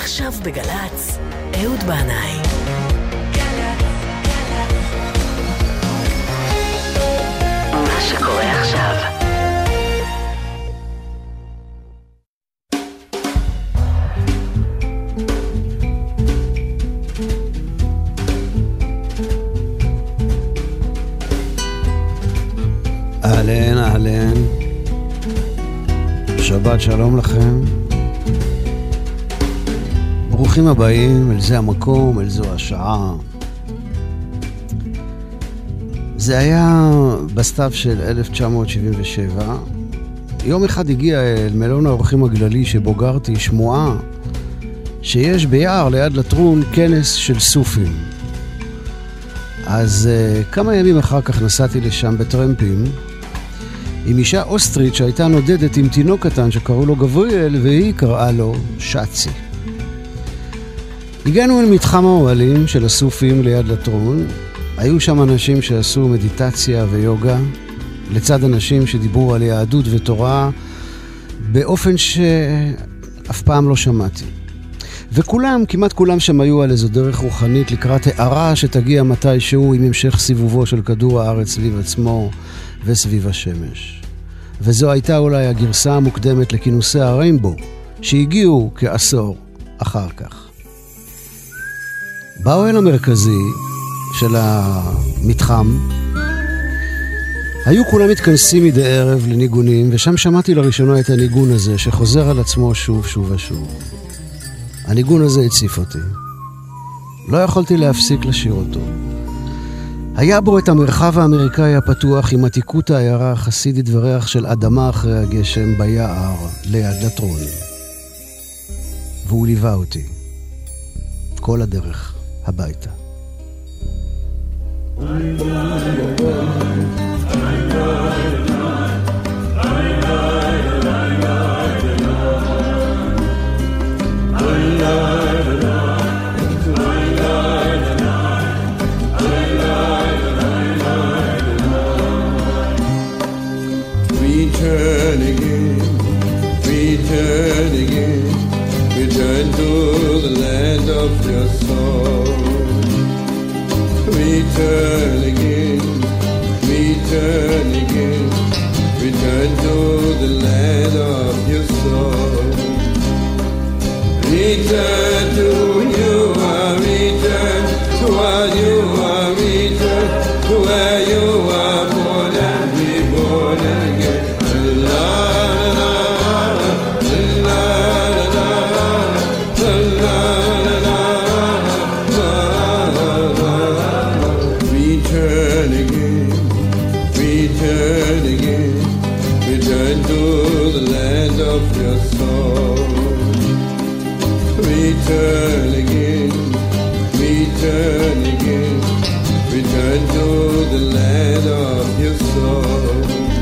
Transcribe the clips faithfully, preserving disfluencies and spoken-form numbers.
עכשיו בגלץ, אהוד בנאי. מה שקורה עכשיו. אהלן, אהלן. שבת שלום לכם. ברוכים הבאים אל זה המקום, אל זו השעה. זה היה בסתיו של אלף תשע מאות שבעים ושבע. יום אחד הגיע אל מלון האורחים הגללי שבו גרתי שמועה שיש ביער ליד לטרון כנס של סופים. אז uh, כמה ימים אחר כך נסעתי לשם בטרמפים עם אישה אוסטרית שהייתה נודדת עם תינוק קטן שקראו לו גבריאל, והיא קראה לו שצי. הגענו אל מתחם האוהלים של הסופים ליד לטרון. היו שם אנשים שעשו מדיטציה ויוגה, לצד אנשים שדיברו על יהדות ותורה באופן שאף פעם לא שמעתי. וכולם, כמעט כולם שם היו על איזו דרך רוחנית לקראת הערה שתגיע מתישהו עם המשך סיבובו של כדור הארץ סביב עצמו וסביב השמש. וזו הייתה אולי הגרסה המוקדמת לכינוסי הריימבו, שהגיעו כעשור אחר כך. באוהל המרכזי של המתחם היו כולם מתכנסים מדי ערב לניגונים, ושם שמעתי לראשונה את הניגון הזה שחוזר על עצמו שוב שוב ושוב. הניגון הזה הציף אותי. לא יכולתי להפסיק לשיר אותו. היה בו את המרחב האמריקאי הפתוח עם עתיקות העיירה החסידית וריח של אדמה אחרי הגשם ביער ליד לטרון. והוא ליווה אותי כל הדרך הביתה. Return again, return again, return to the land of your soul. Return again, return again, return to the land of your soul. Return to you are, return to what you are, return to where you are born and reborn again. Return again, return again, return to the land of your soul.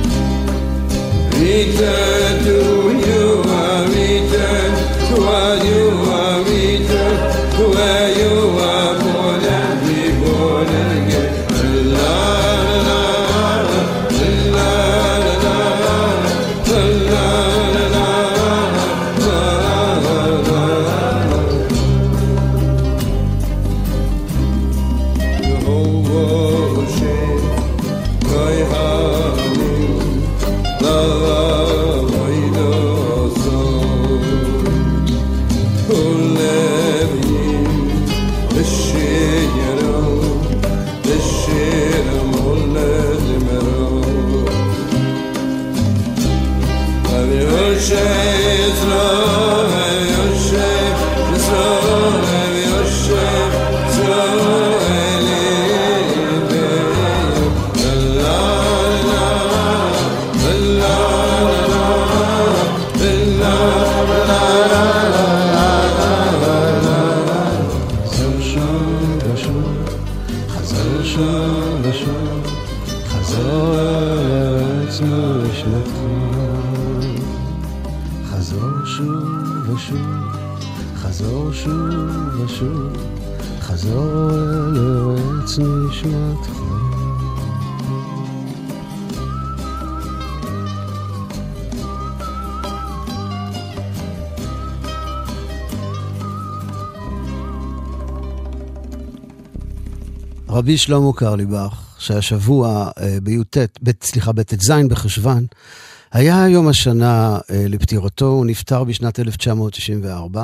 Return to you are, return to what you are, return to where you are born and reborn again. La la la la la la la. חזור לארץ נשמתך. רבי שלמה קרליבך, שהשבוע בי"ט, סליחה, בט"ז בחשוון, היה יום השנה לפטירתו, הוא נפטר בשנת אלף תשע מאות תשעים וארבע.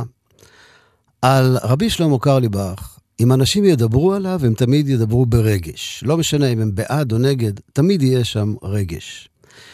על רבי שלמה קרליבך, אם אנשים ידברו עליו, הם תמיד ידברו ברגש. לא משנה אם הם בעד או נגד, תמיד יהיה שם רגש.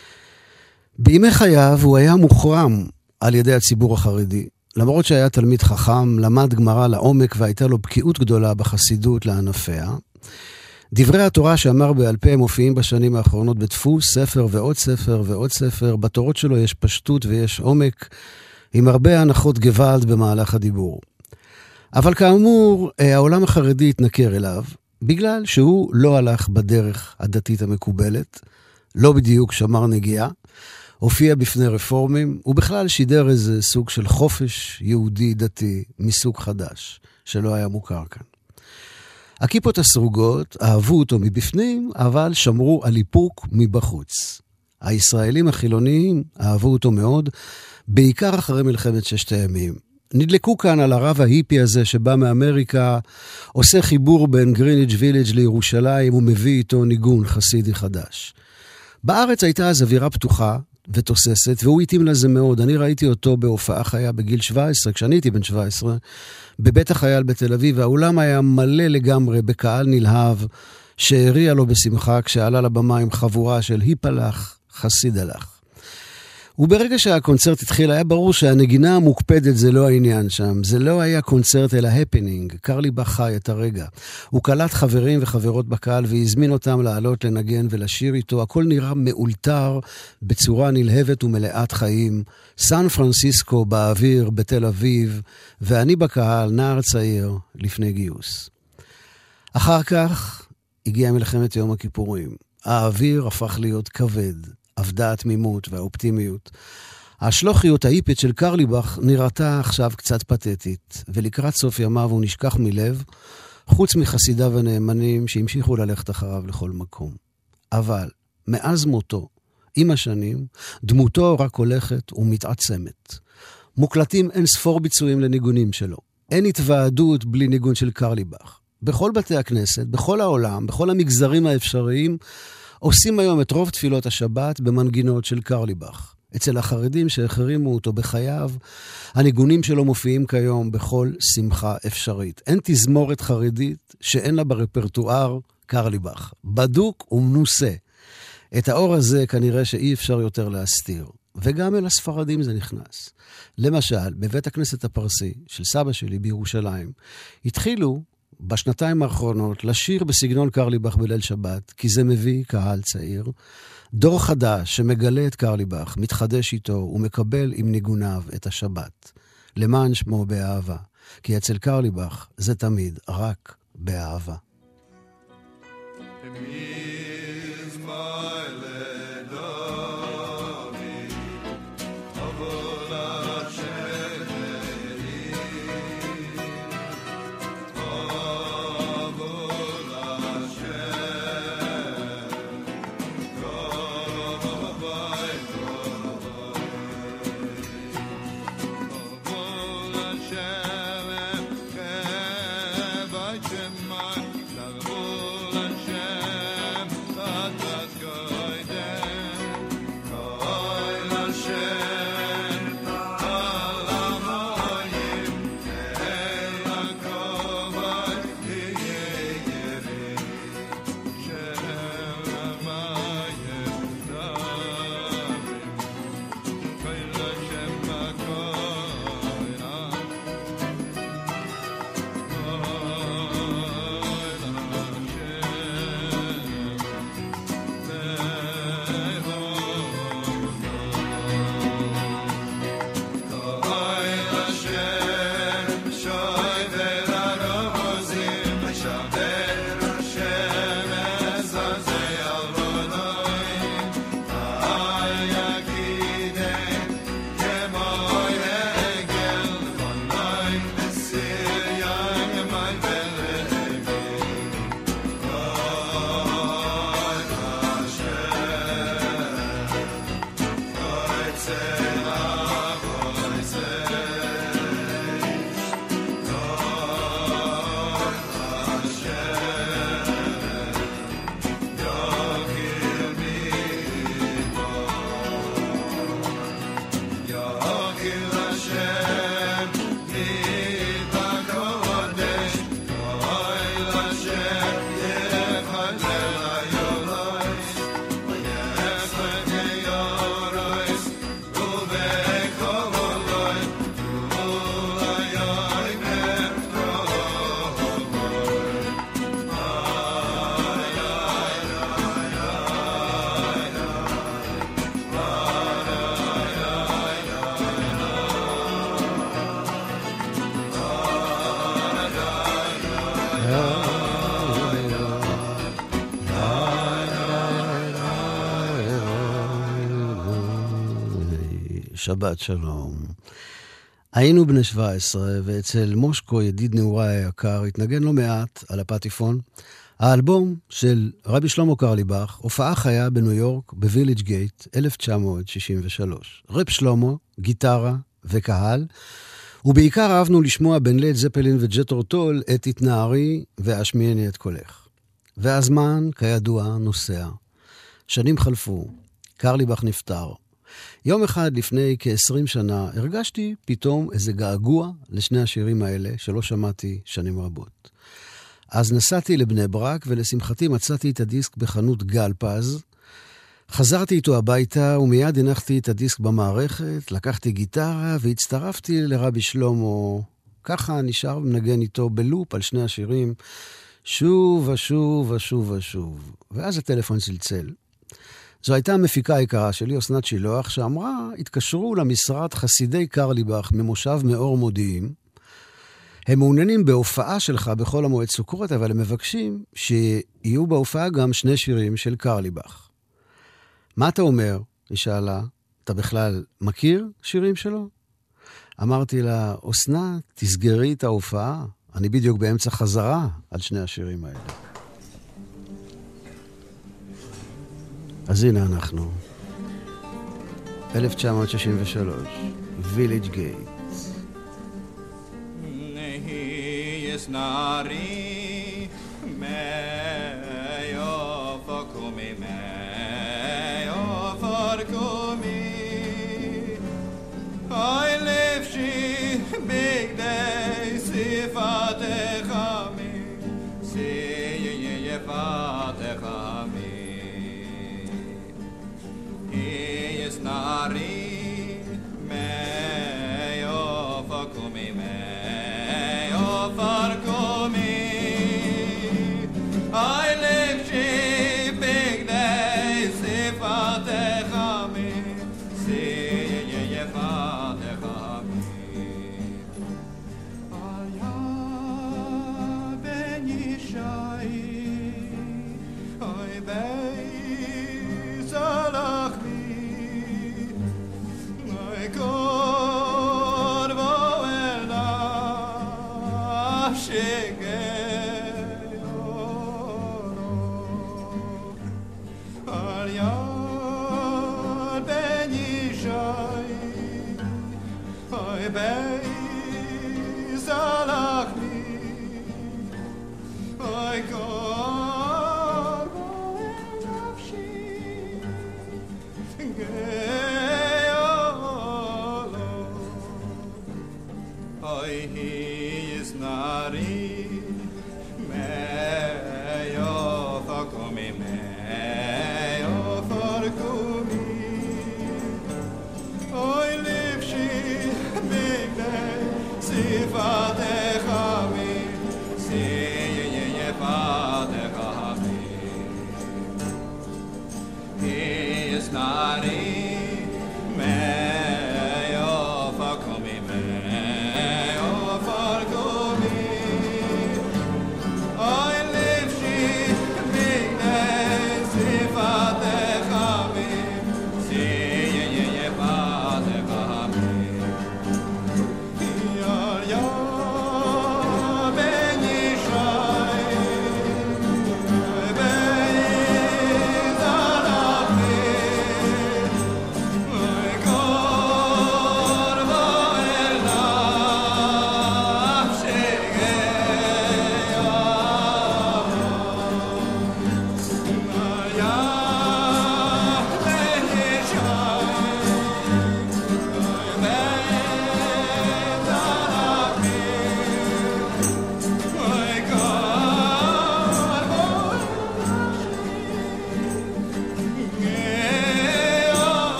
בימי חייו הוא היה מוחרם על ידי הציבור החרדי. למרות שהיה תלמיד חכם, למד גמרא לעומק והייתה לו בקיאות גדולה בחסידות לענפיה. דברי התורה שאמר בעל פה מופיעים בשנים האחרונות בדפוס, ספר ועוד ספר ועוד ספר. בתורות שלו יש פשטות ויש עומק, עם הרבה הנחות גוואלד במהלך הדיבור. אבל כאמור, העולם החרדי התנכר אליו, בגלל שהוא לא הלך בדרך הדתית המקובלת, לא בדיוק שמר נגיעה, הופיע בפני רפורמים, ובכלל שידר איזה סוג של חופש יהודי דתי מסוג חדש, שלא היה מוכר כאן. הכיפות הסרוגות אהבו אותו מבפנים, אבל שמרו על איפוק מבחוץ. הישראלים החילוניים אהבו אותו מאוד, בעיקר אחרי מלחמת ששת הימים. נדלקו כאן על הרב ההיפי הזה שבא מאמריקה, עושה חיבור בין גריניץ' וילג' לירושלים, ומביא איתו ניגון חסידי חדש. בארץ הייתה אז אווירה פתוחה ותוססת, והוא התאים לזה מאוד. אני ראיתי אותו בהופעה חיה בגיל שבע עשרה, כשאני הייתי בן שבע עשרה, בבית החייל בתל אביב, והאולם היה מלא לגמרי בקהל נלהב, שהריע לו בשמחה כשעלה לבמה עם חבורה של היפלח, חסיד הלך. וברגע שהקונצרט התחיל, היה ברור שהנגינה המוקפדת זה לא העניין שם. זה לא היה קונצרט אלא הפנינג. קרליבך חי את הרגע. הוא קלט חברים וחברות בקהל והזמין אותם לעלות לנגן ולשיר איתו. הכל נראה מאולתר בצורה נלהבת ומלאת חיים. סן פרנסיסקו באוויר בתל אביב, ואני בקהל, נער צעיר, לפני גיוס. אחר כך הגיעה מלחמת יום הכיפורים. האוויר הפך להיות כבד. עבדה התמימות והאופטימיות. השלוחיות ההיפית של קרליבך נראתה עכשיו קצת פתטית, ולקראת סוף ימיו הוא נשכח מלב, חוץ מחסידיו הנאמנים שהמשיכו ללכת אחריו לכל מקום. אבל מאז מותו, עם השנים, דמותו רק הולכת ומתעצמת. מוקלטים אין ספור ביצועים לניגונים שלו. אין התוועדות בלי ניגון של קרליבך. בכל בתי הכנסת, בכל העולם, בכל המגזרים האפשריים, עושים היום את רוב תפילות השבת במנגינות של קרליבך. אצל החרדים שהחרימו אותו בחייו, הניגונים שלו מופיעים כיום בכל שמחה אפשרית. אין תזמורת חרדית שאין לה ברפרטואר קרליבך. בדוק ומנוסה. את האור הזה כנראה שאי אפשר יותר להסתיר. וגם אל הספרדים זה נכנס. למשל, בבית הכנסת הפרסי של סבא שלי בירושלים, התחילו בשנתיים האחרונות לשיר בסגנון קרליבך בליל שבת, כי זה מביא קהל צעיר. דור חדש שמגלה את קרליבך, מתחדש איתו ומקבל עם ניגוניו את השבת. למען שמו באהבה, כי אצל קרליבך זה תמיד רק באהבה. שבת שלום. היינו בני שבע עשרה, ואצל מושקו, ידיד נעורי היקר, התנגן לא מעט על הפטיפון. האלבום של רבי שלמה קרליבך, הופעה חיה בניו יורק, בוויליג' גייט, אלף תשע מאות שישים ושלוש. רב שלמה, גיטרה וקהל, ובעיקר אהבנו לשמוע בין לד זפלין וג'טרו טול את התנערי והשמיעני את קולך. והזמן, כידוע, נוסע. שנים חלפו, קרליבך נפטר. יום אחד לפני כ-עשרים שנה הרגשתי פתאום איזה געגוע לשני השירים האלה שלא שמעתי שנים רבות. אז נסעתי לבני ברק ולשמחתי מצאתי את הדיסק בחנות גל פז. חזרתי איתו הביתה ומיד הנחתי את הדיסק במערכת, לקחתי גיטרה והצטרפתי לרבי שלמה. ככה נשאר ומנגן איתו בלופ על שני השירים שוב ושוב ושוב ושוב. ואז הטלפון צלצל. זו הייתה המפיקה היקרה שלי, אסנת שילוח, שאמרה, התקשרו למשרד חסידי קרליבך ממושב מאור מודיעים. הם מעוניינים בהופעה שלך בכל המועד סוכרת, אבל הם מבקשים שיהיו בהופעה גם שני שירים של קרליבך. מה אתה אומר? היא שאלה, אתה בכלל מכיר שירים שלו? אמרתי לה, אסנת, תסגרי את ההופעה. אני בדיוק באמצע חזרה על שני השירים האלה. אז הנה אנחנו, אלף תשע מאות שישים ושלוש, ויליג' גייט. נהי יסנרי מאיו פקומי מאיו פרקומי אי לבשי בגדי שיפתך מי שיהיה יפתך מי Nari meyo fakumi meyo farkumi I live she big day sifatecha mi si yefatecha mi Al ya ben yishai Oy bei zalach Corvo el cheguei al yar ben yishai ay bei zalachni ay corvo el cheguei he is nari meyo fakumi meyo farkumi oy livshi bigne sifatecha mi siyeyefatecha mi he is nari meyo fakumi meyo Yeah.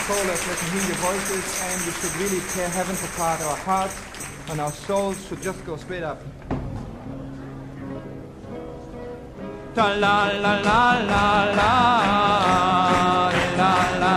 soul, let me hear your voices, and we should really tear heaven apart. Our hearts and our souls should just go straight up. La la la la la la la la.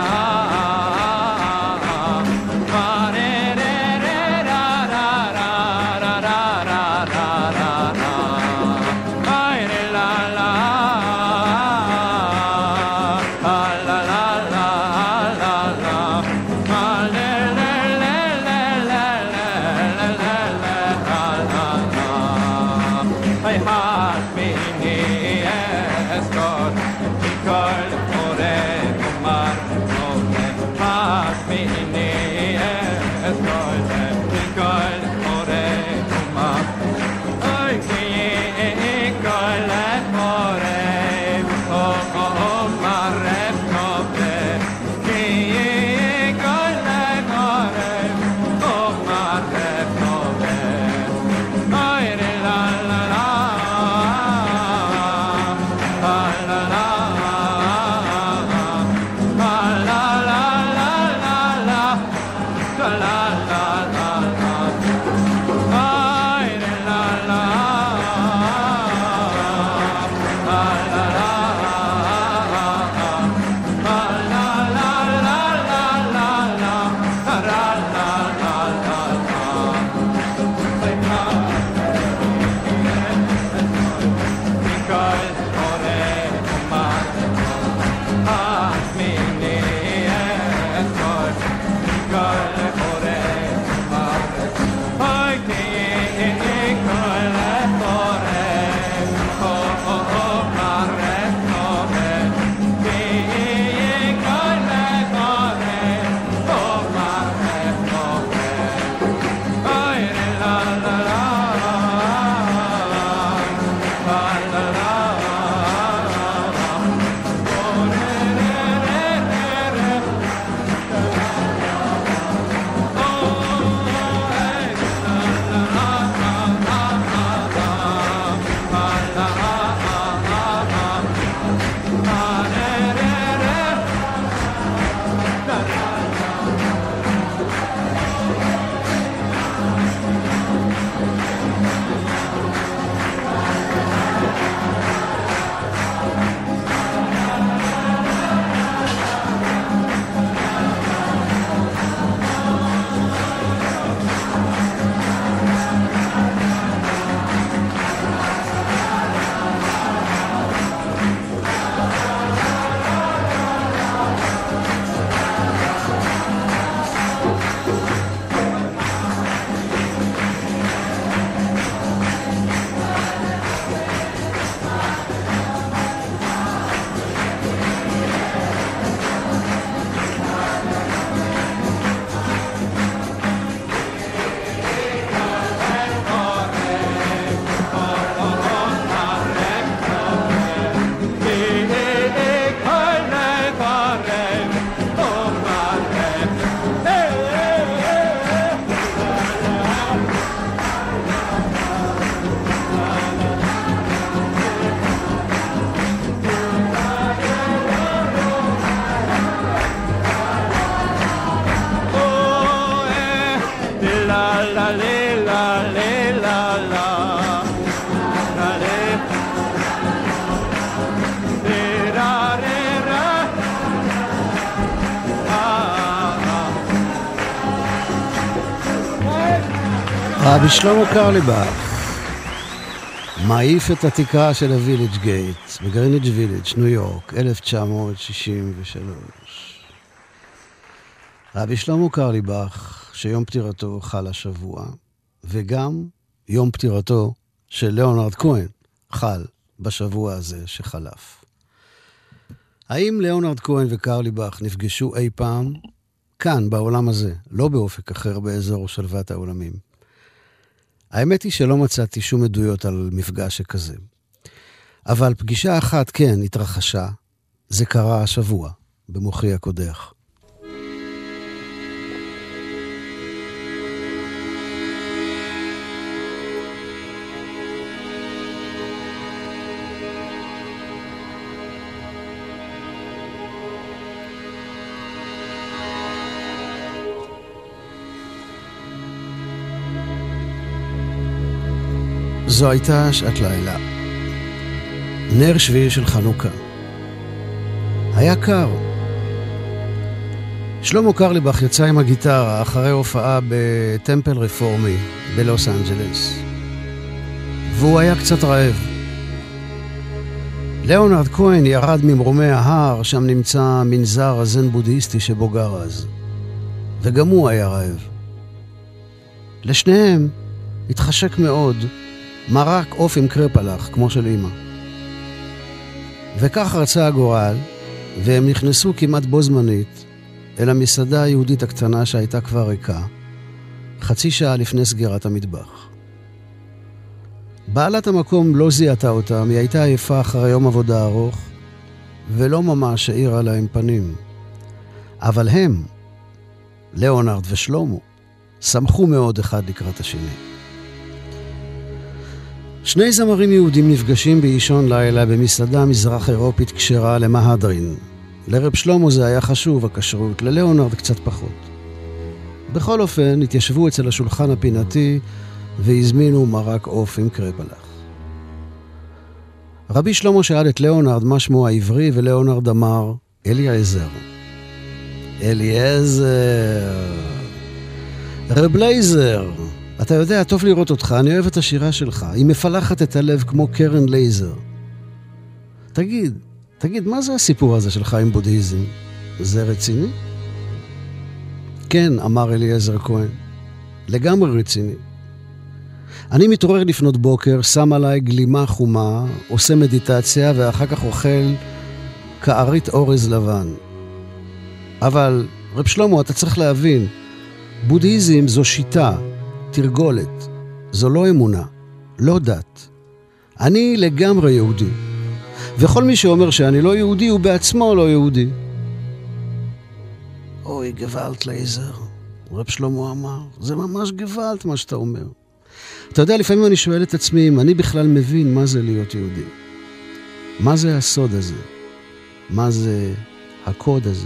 רבי שלמה קרליבך מעיף את התקרה של הוויליג' גייט בגריניג' ויליג', ניו יורק, אלף תשע מאות שישים ושלוש. רבי שלמה קרליבך, שיום פטירתו חל השבוע, וגם יום פטירתו של ליאונרד כהן חל בשבוע הזה שחלף. האם ליאונרד כהן וקרליבך נפגשו אי פעם? כאן, בעולם הזה, לא באופק אחר באזור שלוות העולמים. האמת היא שלא מצאתי שום עדויות על מפגש שכזה. אבל פגישה אחת כן התרחשה, זה קרה השבוע, במוחי הקודח. זו הייתה שעת לילה. נר שביעי של חנוכה. היה קר. שלמה קרליבך יצא עם הגיטרה אחרי הופעה בטמפל רפורמי בלוס אנג'לס. והוא היה קצת רעב. ליאונרד כהן ירד ממרומי ההר, שם נמצא מנזר הזן בודהיסטי שבו גר אז. וגם הוא היה רעב. לשניהם התחשק מאוד מרק עוף עם קרפלח, כמו של אמא. וכך רצה הגורל, והם נכנסו כמעט בו זמנית אל המסעדה היהודית הקטנה שהייתה כבר ריקה, חצי שעה לפני סגירת המטבח. בעלת המקום לא זיהתה אותם, היא הייתה עייפה אחרי יום עבודה ארוך, ולא ממש העירה להם פנים. אבל הם, ליאונרד ושלמה, שמחו מאוד אחד לקראת השני. שני זמרים יהודים נפגשים באישון לילה במסעדה מזרח אירופית כשרה למהדרין. לרב שלמה זה היה חשוב, הכשרות, לליאונרד קצת פחות. בכל אופן, התיישבו אצל השולחן הפינתי והזמינו מרק עוף עם קרפלח. רבי שלמה שאל את ליאונרד מה שמו העברי, וליאונרד אמר, אליעזר. אליעזר. רב לייזר. אתה יודע, טוב לראות אותך, אני אוהב את השירה שלך. היא מפלחת את הלב כמו קרן לייזר. תגיד, תגיד, מה זה הסיפור הזה שלך עם בודהיזם? זה רציני? כן, אמר אליעזר כהן. לגמרי רציני. אני מתעורר לפנות בוקר, שם עליי גלימה חומה, עושה מדיטציה ואחר כך אוכל כארית אורז לבן. אבל, רב שלמה, אתה צריך להבין, בודהיזם זו שיטה, תרגולת. זו לא אמונה, לא דת. אני לגמרי יהודי. וכל מי שאומר שאני לא יהודי, הוא בעצמו לא יהודי. אוי, גוואלט לייזר. רב שלמה אמר, זה ממש גוואלט מה שאתה אומר. אתה יודע, לפעמים אני שואל את עצמי אם אני בכלל מבין מה זה להיות יהודי. מה זה הסוד הזה? מה זה הקוד הזה?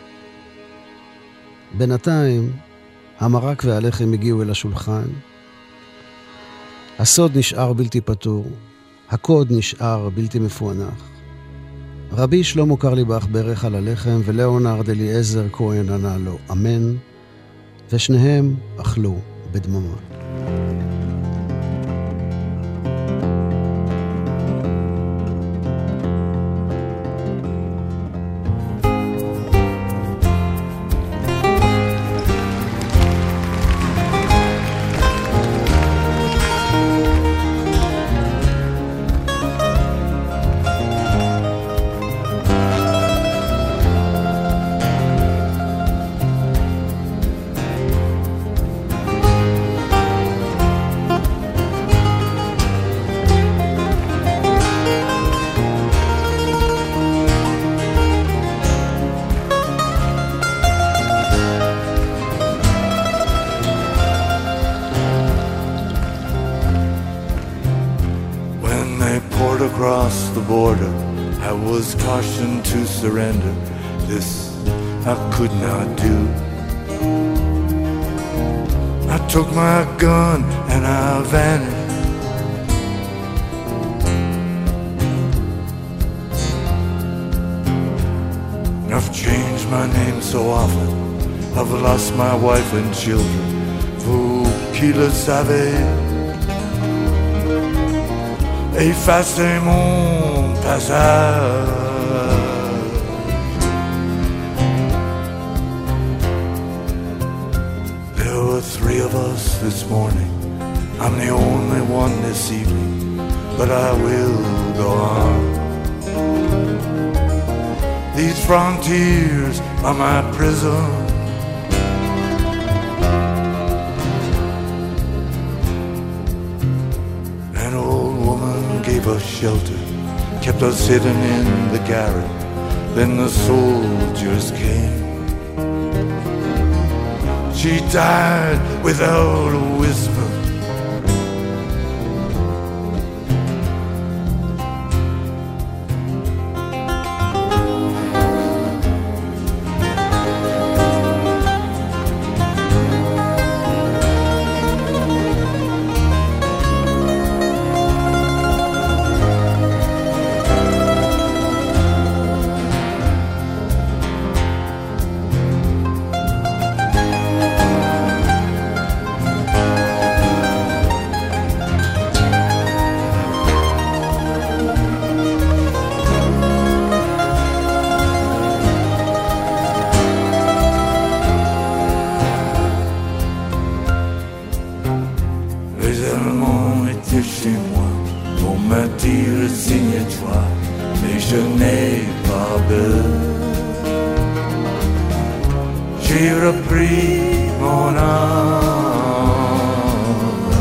בינתיים, המרק והלחם הגיעו אל השולחן. הסוד נשאר בלתי פתור. הקוד נשאר בלתי מפוענח. רבי שלמה קרליבך ברך על הלחם, וליאונרד אליעזר כהן ענה לו אמן, ושניהם אכלו בדממה. Border, I was cautioned to surrender. This I could not do. I took my gun and I vanished. I've changed my name so often. I've lost my wife and children. Vous qui le savez, effacez mon passage. There were three of us this morning. I'm the only one this evening, but I will go on. These frontiers are my prison. Us shelter, kept us hidden in the garret. Then the soldiers came. She died without a whisper. j'ai repris mon âme.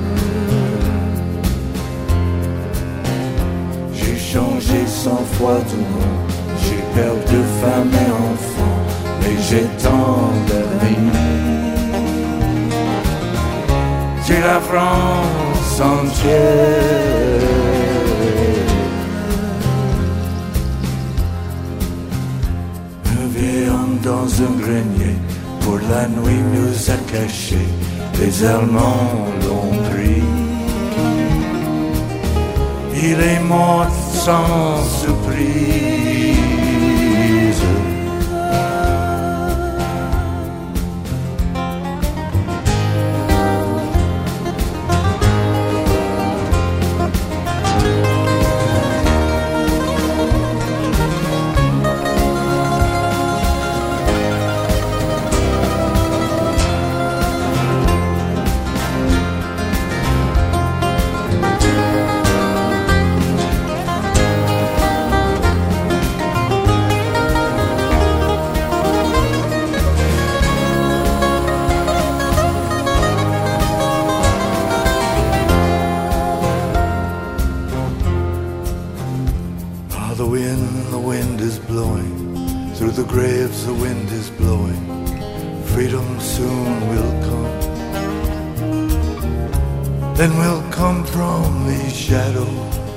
J'ai changé cent fois de nom, j'ai perdu femme et enfant, mais j'ai tant d'amis. J'ai la France entière. Un vieil homme dans un grenier, pour la nuit nous a cachés, les Allemands l'ont pris. Il est mort sans surprise. Then we'll come from the shadow.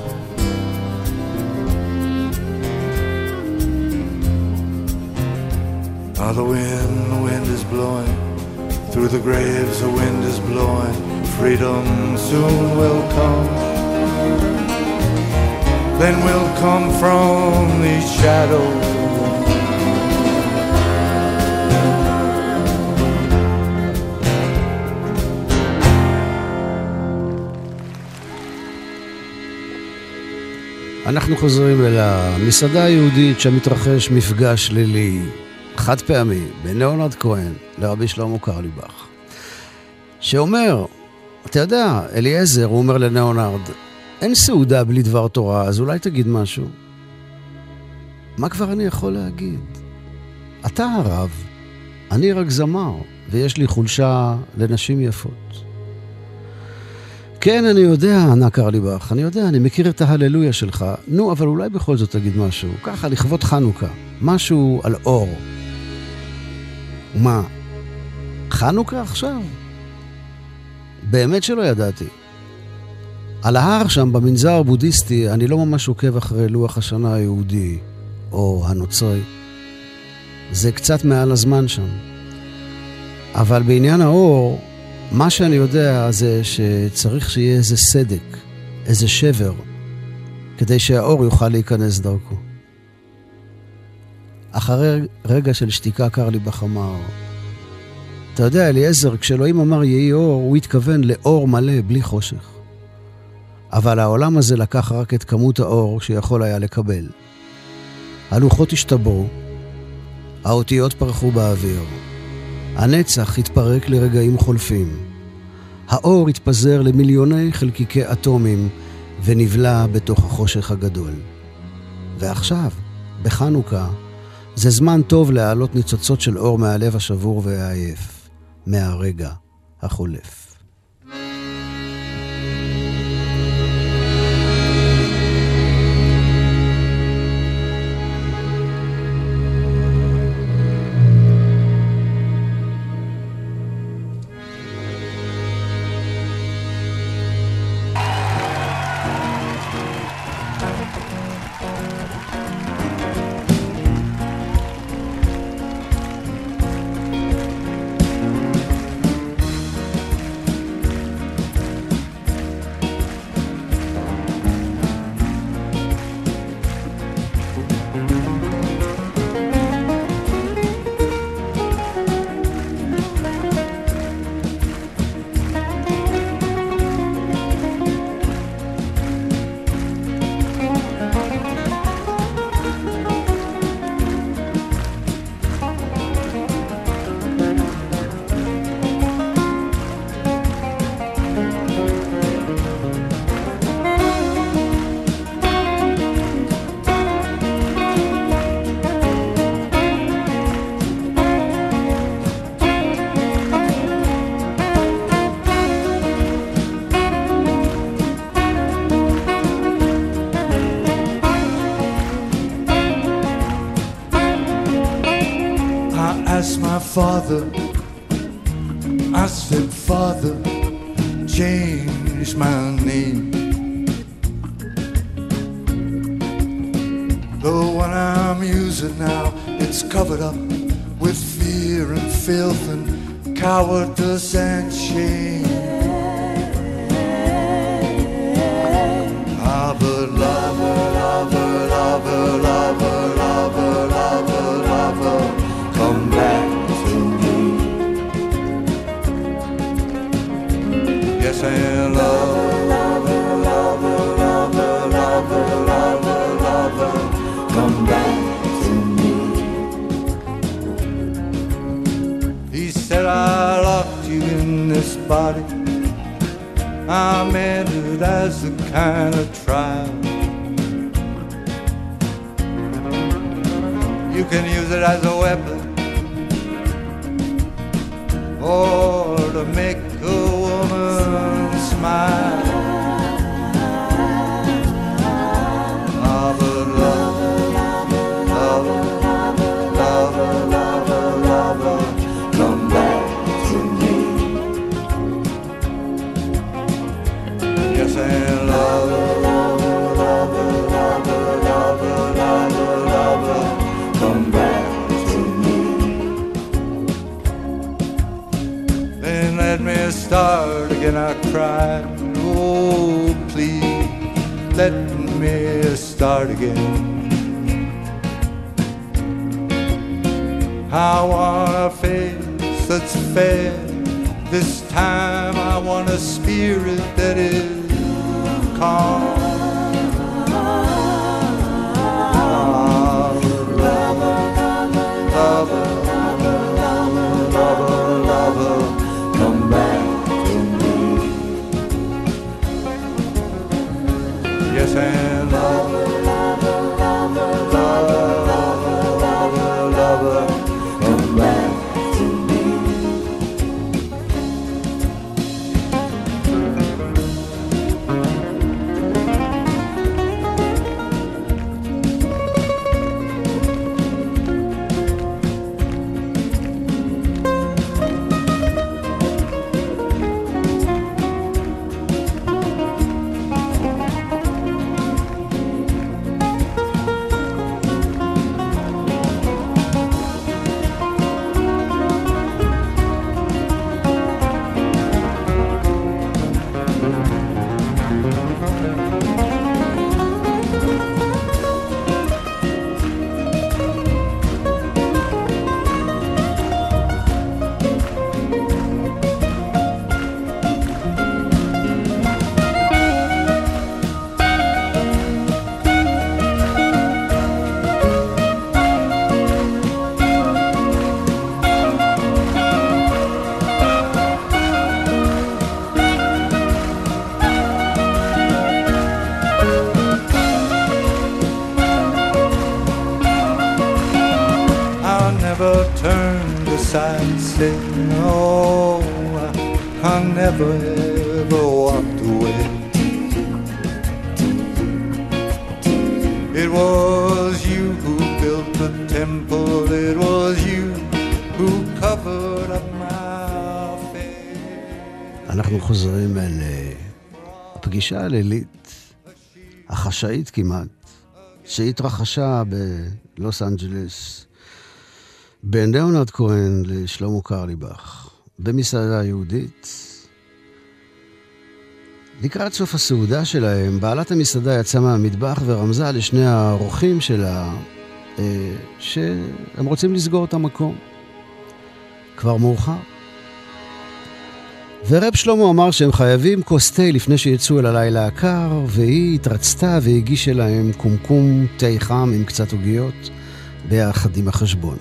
Ah, the wind, the wind is blowing. Through the graves the wind is blowing. Freedom soon will come. Then we'll come from the shadow. אנחנו חוזרים אל המסעדה היהודית שמתרחש מפגש לילי חד פעמי בין ליאונרד כהן לרבי שלמה קרליבך, שאומר, אתה יודע, אליעזר, הוא אומר לליאונרד, אין סעודה בלי דבר תורה, אז אולי תגיד משהו. מה כבר אני יכול להגיד? אתה הרב, אני רק זמר, ויש לי חולשה לנשים יפות. כן, אני יודע, ענה קרליבך, אני יודע, אני מכיר את ההללויה שלך. נו, אבל אולי בכל זאת תגיד משהו. ככה, לכבוד חנוכה. משהו על אור. מה? חנוכה עכשיו? באמת שלא ידעתי. על ההר שם, במנזר הבודהיסטי, אני לא ממש עוקב אחרי לוח השנה היהודי, או הנוצרי. זה קצת מעל הזמן שם. אבל בעניין האור, מה שאני יודע זה שצריך שיהיה איזה סדק, איזה שבר, כדי שהאור יוכל להיכנס דרכו. אחרי רגע של שתיקה קרליבך אמר, אתה יודע, אליעזר, כשאלוהים אמר יהי אור, הוא התכוון לאור מלא, בלי חושך. אבל העולם הזה לקח רק את כמות האור שיכול היה לקבל. הלוחות השתברו, האותיות פרחו באוויר, הנצח התפרק לרגעים חולפים. האור התפזר למיליוני חלקיקי אטומים ונבלע בתוך החושך הגדול. ועכשיו, בחנוכה, זה זמן טוב להעלות ניצוצות של אור מהלב השבור והעייף, מהרגע החולף. I asked my father, I said, Father, change my name. The one I'm using now, it's covered up with fear and filth and cowardice and shame. Ah, but lover, lover, lover, lover, lover, lover, lover, come back to me. Yes, and lover, lover, lover, lover, lover, lover, lover, come back to me. He said, I locked you in this body. I meant it as a kind of trial. You can use it as a weapon or to make a woman smile. Ah, but lover, lover, lover, lover, lover, lover, come back to me. Yes, and lover, lover, lover, lover, lover, lover, lover, come back to me. Then let me start again, I cried. Oh, please, let me start again. I want a face that's fair. This time I want a spirit that is calm. Ah, lover, lover, lover, lover, lover, lover, come back to me. Yes, and lover, lover, lover, lover, lover, lover, come back to me. I'd say no, I never ever walked away. It was you who built the temple, it was you who covered up my face. אנחנו חוזרים אל הפגישה הלילית, החשאית כמעט, שהתרחשה בלוס אנג'לס, בין ליאונרד כהן לשלמה קרליבך, במסעדה יהודית. לקראת סוף הסעודה שלהם, בעלת המסעדה יצאה מהמטבח ורמזה לשני האורחים שלה שהם רוצים לסגור את המקום. כבר מאוחר. ורב שלמה אמר שהם חייבים כוס תה לפני שיצאו אל הלילה הקר, והיא התרצתה והגישה להם קומקום תה חם עם קצת עוגיות ביחד עם החשבון.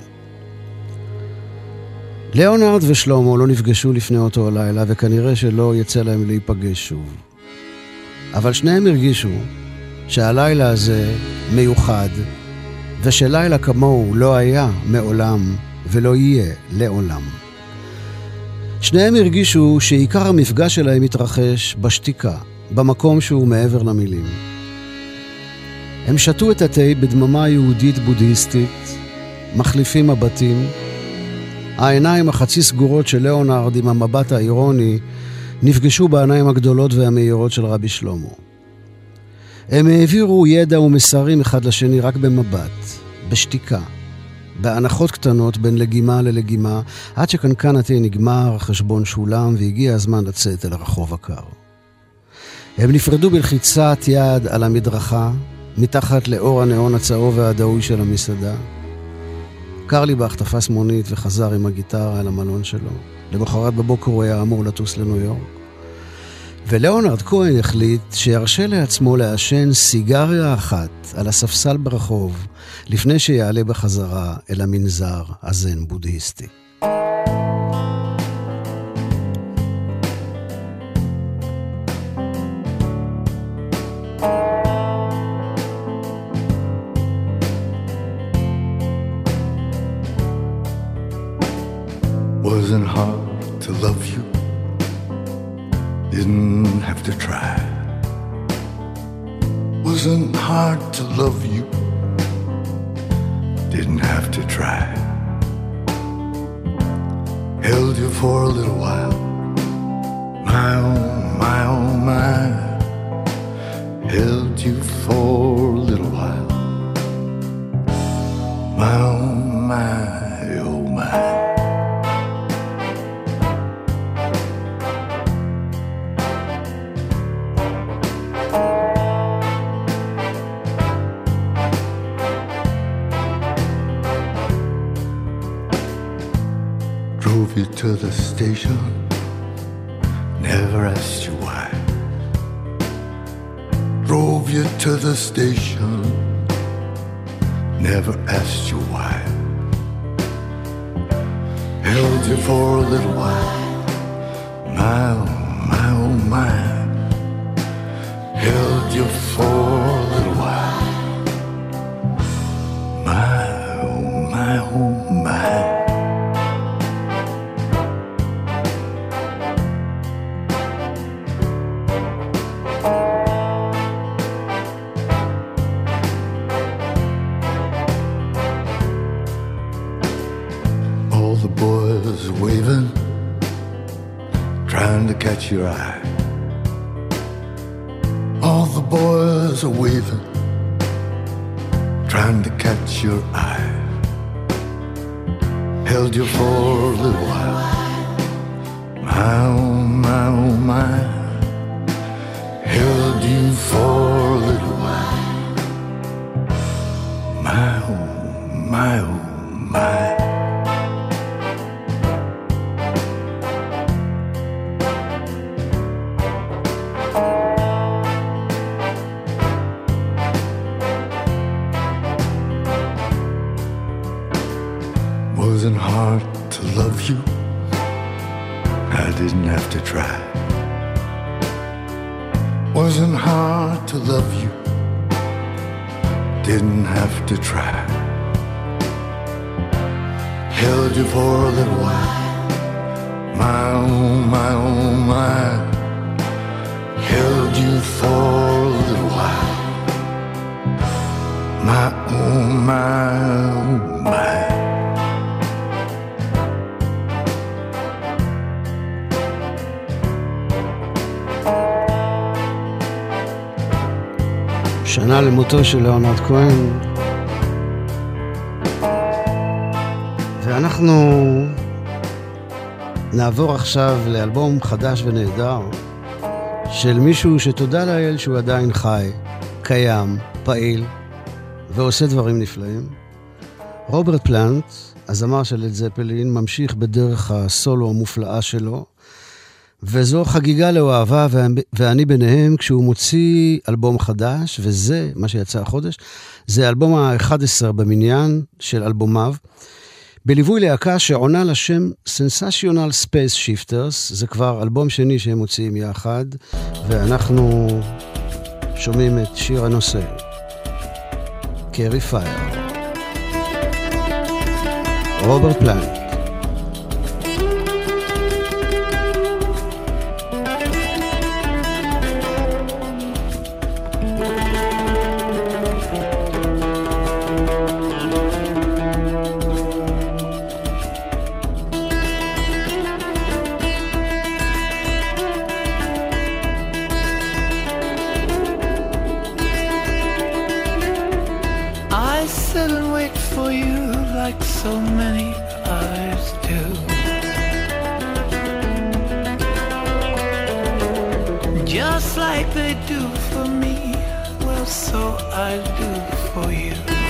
ליאונרד ושלמה לא נפגשו לפני אותו הלילה, וכנראה שלא יצא להם להיפגש שוב. אבל שניהם הרגישו שהלילה הזה מיוחד, ושלילה כמוהו לא היה מעולם ולא יהיה לעולם. שניהם הרגישו שעיקר המפגש שלהם מתרחש בשתיקה, במקום שהוא מעבר למילים. הם שתו את התה בדממה יהודית בודהיסטית, מחליפים מבטים, העיניים החצי סגורות של ליאונרד עם המבט האירוני נפגשו בעיניים הגדולות והמאירות של רבי שלמה. הם העבירו ידע ומסרים אחד לשני רק במבט, בשתיקה, בהנחות קטנות בין לגימה ללגימה, עד שקנקן התה נגמר, החשבון שולם והגיע הזמן לצאת אל הרחוב הקר. הם נפרדו בלחיצת יד על המדרכה, מתחת לאור הנאון הצהוב והדאוי של המסעדה. קרליבך תפס מונית וחזר עם הגיטרה אל המלון שלו. למחרת בבוקר הוא היה אמור לטוס לניו יורק. וליאונרד כהן החליט שירשה לעצמו לעשן סיגריה אחת על הספסל ברחוב, לפני שיעלה בחזרה אל המנזר הזן בודהיסטי. Wasn't hard to love you, didn't have to try. Wasn't hard to love you, didn't have to try. Held you for a little while, my oh, my oh, my. Held you for a little while, my oh, my, oh, my. Drove you to the station, never asked you why. Drove you to the station, never asked you why. Held you for a little while, my oh, my oh, my. Held you for a little while, my oh, my oh, my. Waving, trying to catch your eye. All the boys are waving, trying to catch your eye. Held you for a little while, my oh, my oh, my. Held you for a little while, my oh, my oh, my. Wasn't hard to love you, I didn't have to try. Wasn't hard to love you, didn't have to try. Held you for a little while, my oh, my oh, my. Held you for a little while, my oh, my oh, my. שנה למותו של ליאונרד כהן, ואנחנו נעבור עכשיו לאלבום חדש ונהדר של מישהו שתודה לאל שהוא עדיין חי, קיים, פעיל ועושה דברים נפלאים. רוברט פלנט, הזמר של לד זפלין, ממשיך בדרך הסולו המופלאה שלו, וזו חגיגה לאוהבה ואני ביניהם כשהוא מוציא אלבום חדש, וזה מה שיצא החודש, זה אלבום ה-אחד עשר במניין של אלבומיו, בליווי להקה שעונה לשם Sensational Space Shifters. זה כבר אלבום שני שהם מוציאים יחד, ואנחנו שומעים את שיר הנושא, Carry Fire. רוברט פלנט. so many others do. Just like they do for me, well, so I do for you.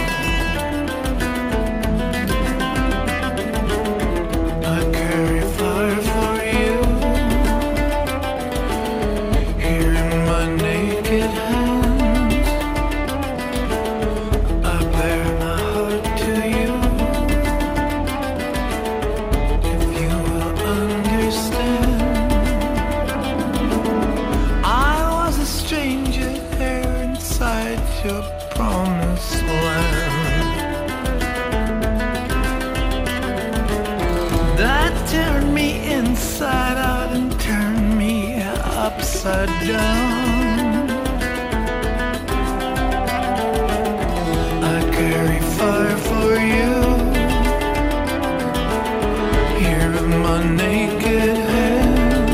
I carry fire for you here in my naked hands. I bear my heart to you. If you will understand, I was a stranger there inside your promised land. That turned me inside out and turned me upside down. I carry fire for you here in my naked hand.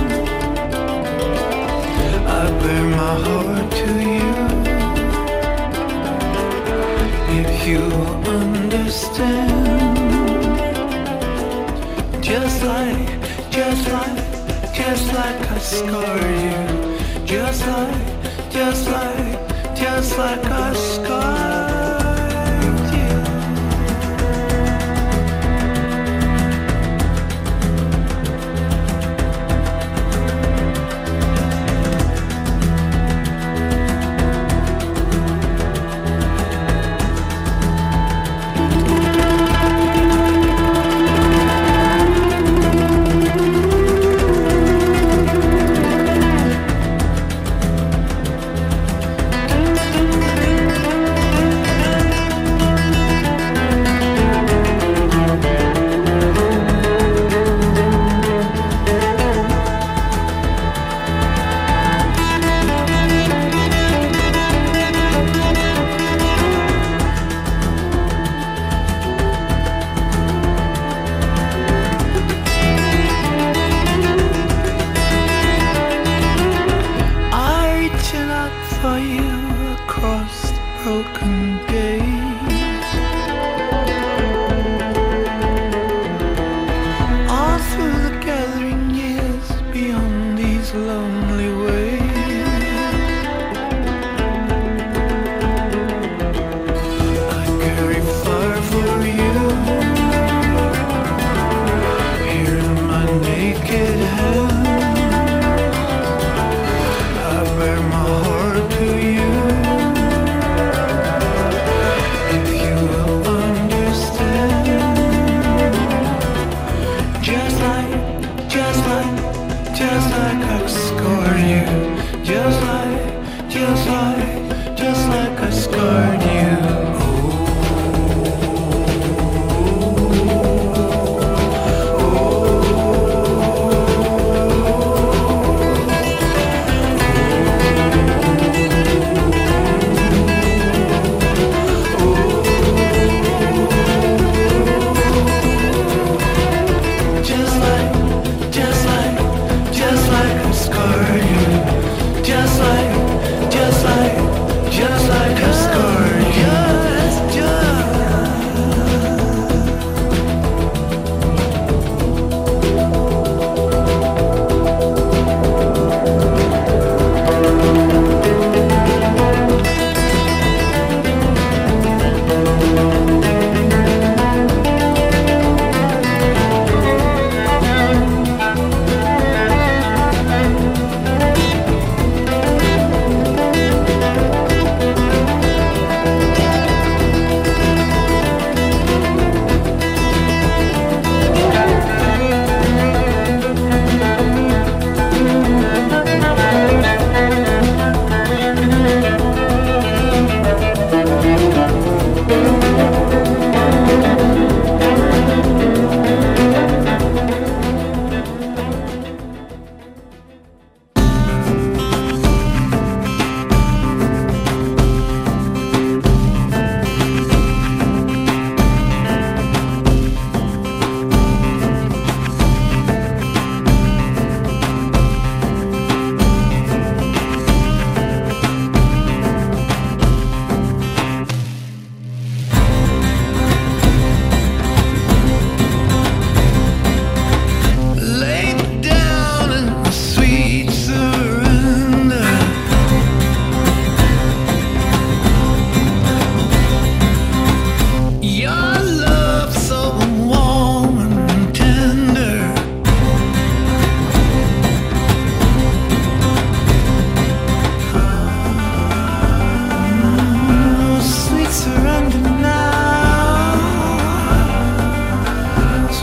I bear my heart to you. If you understand, just like, just like, just like I scarred you, just like, just like, just like I scarred you.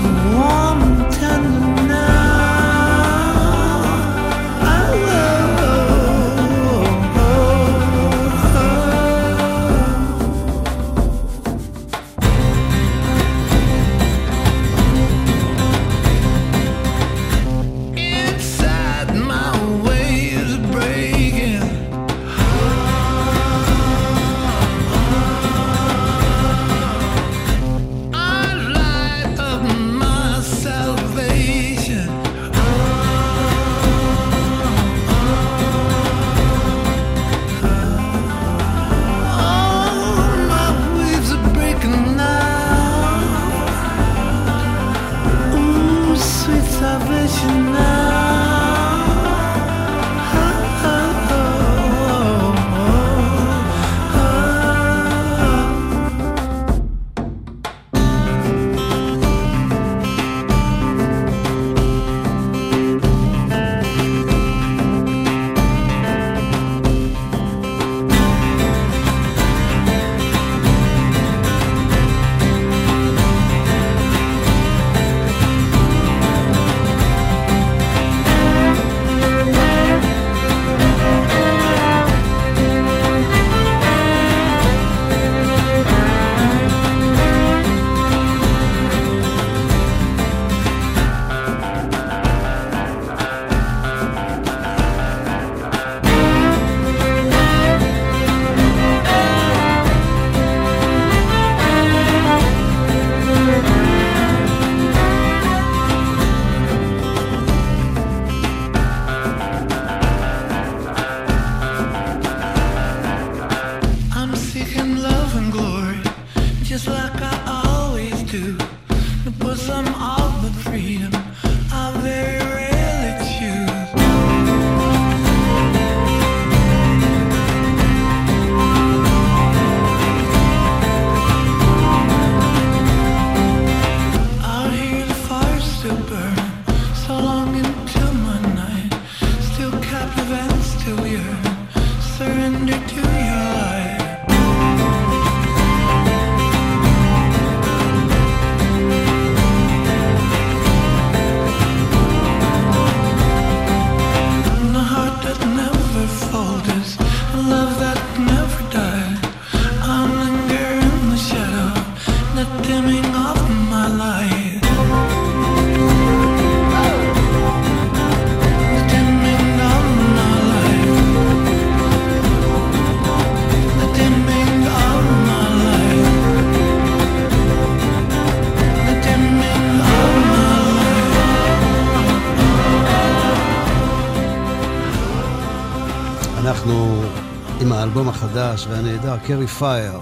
warm and tender now. Oh, oh, oh, oh. Inside my waves breaking. אנחנו עם האלבום החדש והנהדר, קרי פייר,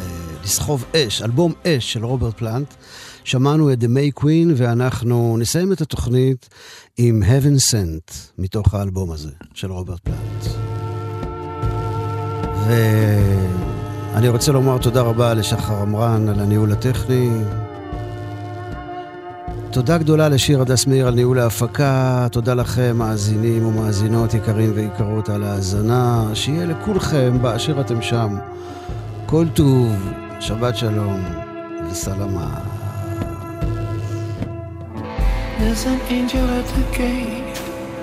לסחוב אש, אלבום אש של רוברט פלנט. שמענו את The May Queen, ואנחנו נסיים את התוכנית עם Heaven Sent, מתוך האלבום הזה של רוברט פלנט. ואני רוצה לומר תודה רבה לשחר אמרן על הניהול הטכני. תודה גדולה לשיר הדס מאיר על ניהול ההפקה. תודה לכם, מאזינים ומאזינות יקרים ויקרות, על ההאזנה. שיהיה לכולכם באשר אתם שם כל טוב, שבת שלום וסלמה. There's an angel at the gate,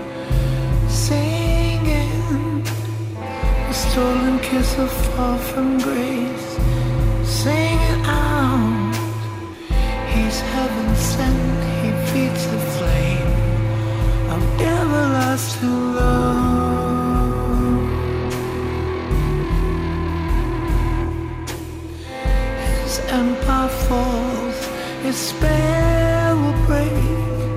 singing a stolen kiss of fall from grace, singing out, he's heaven sent, he feeds the flame of everlasting love. His empire falls, his spell will break.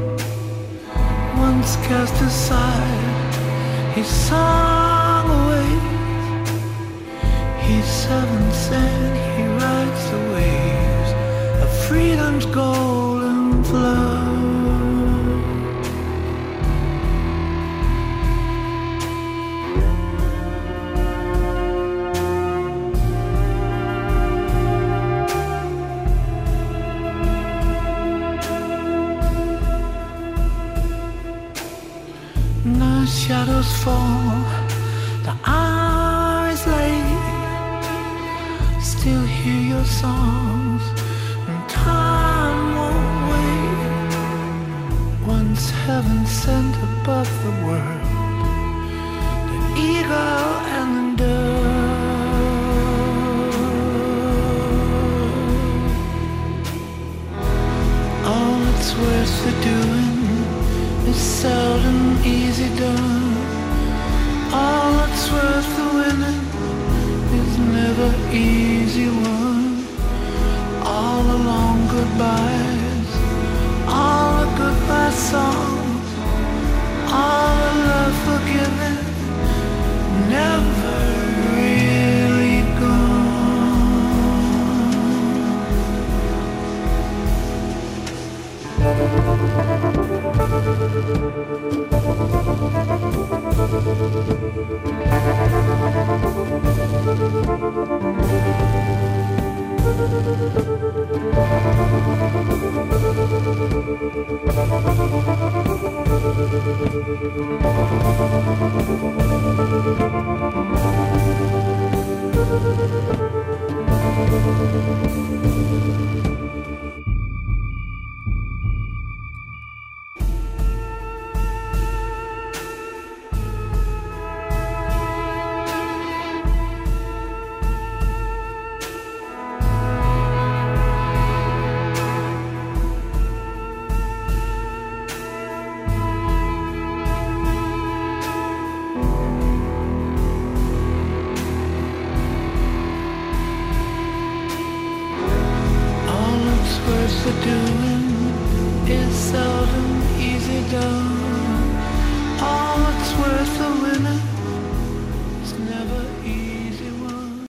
Once cast aside, his song awaits. He's seven sent, he rides the waves of freedom's golden flood. Shadows fall, the hour is late. Still hear your songs, and time won't wait. once heaven sent above the world, the eagle and the dove. All that's worth the doing is seldom easy done. All that's worth the winning is never easy won. All the long goodbyes, all the goodbye songs, all the love forgiven, never really the doing is seldom easy done. All that's worth the winning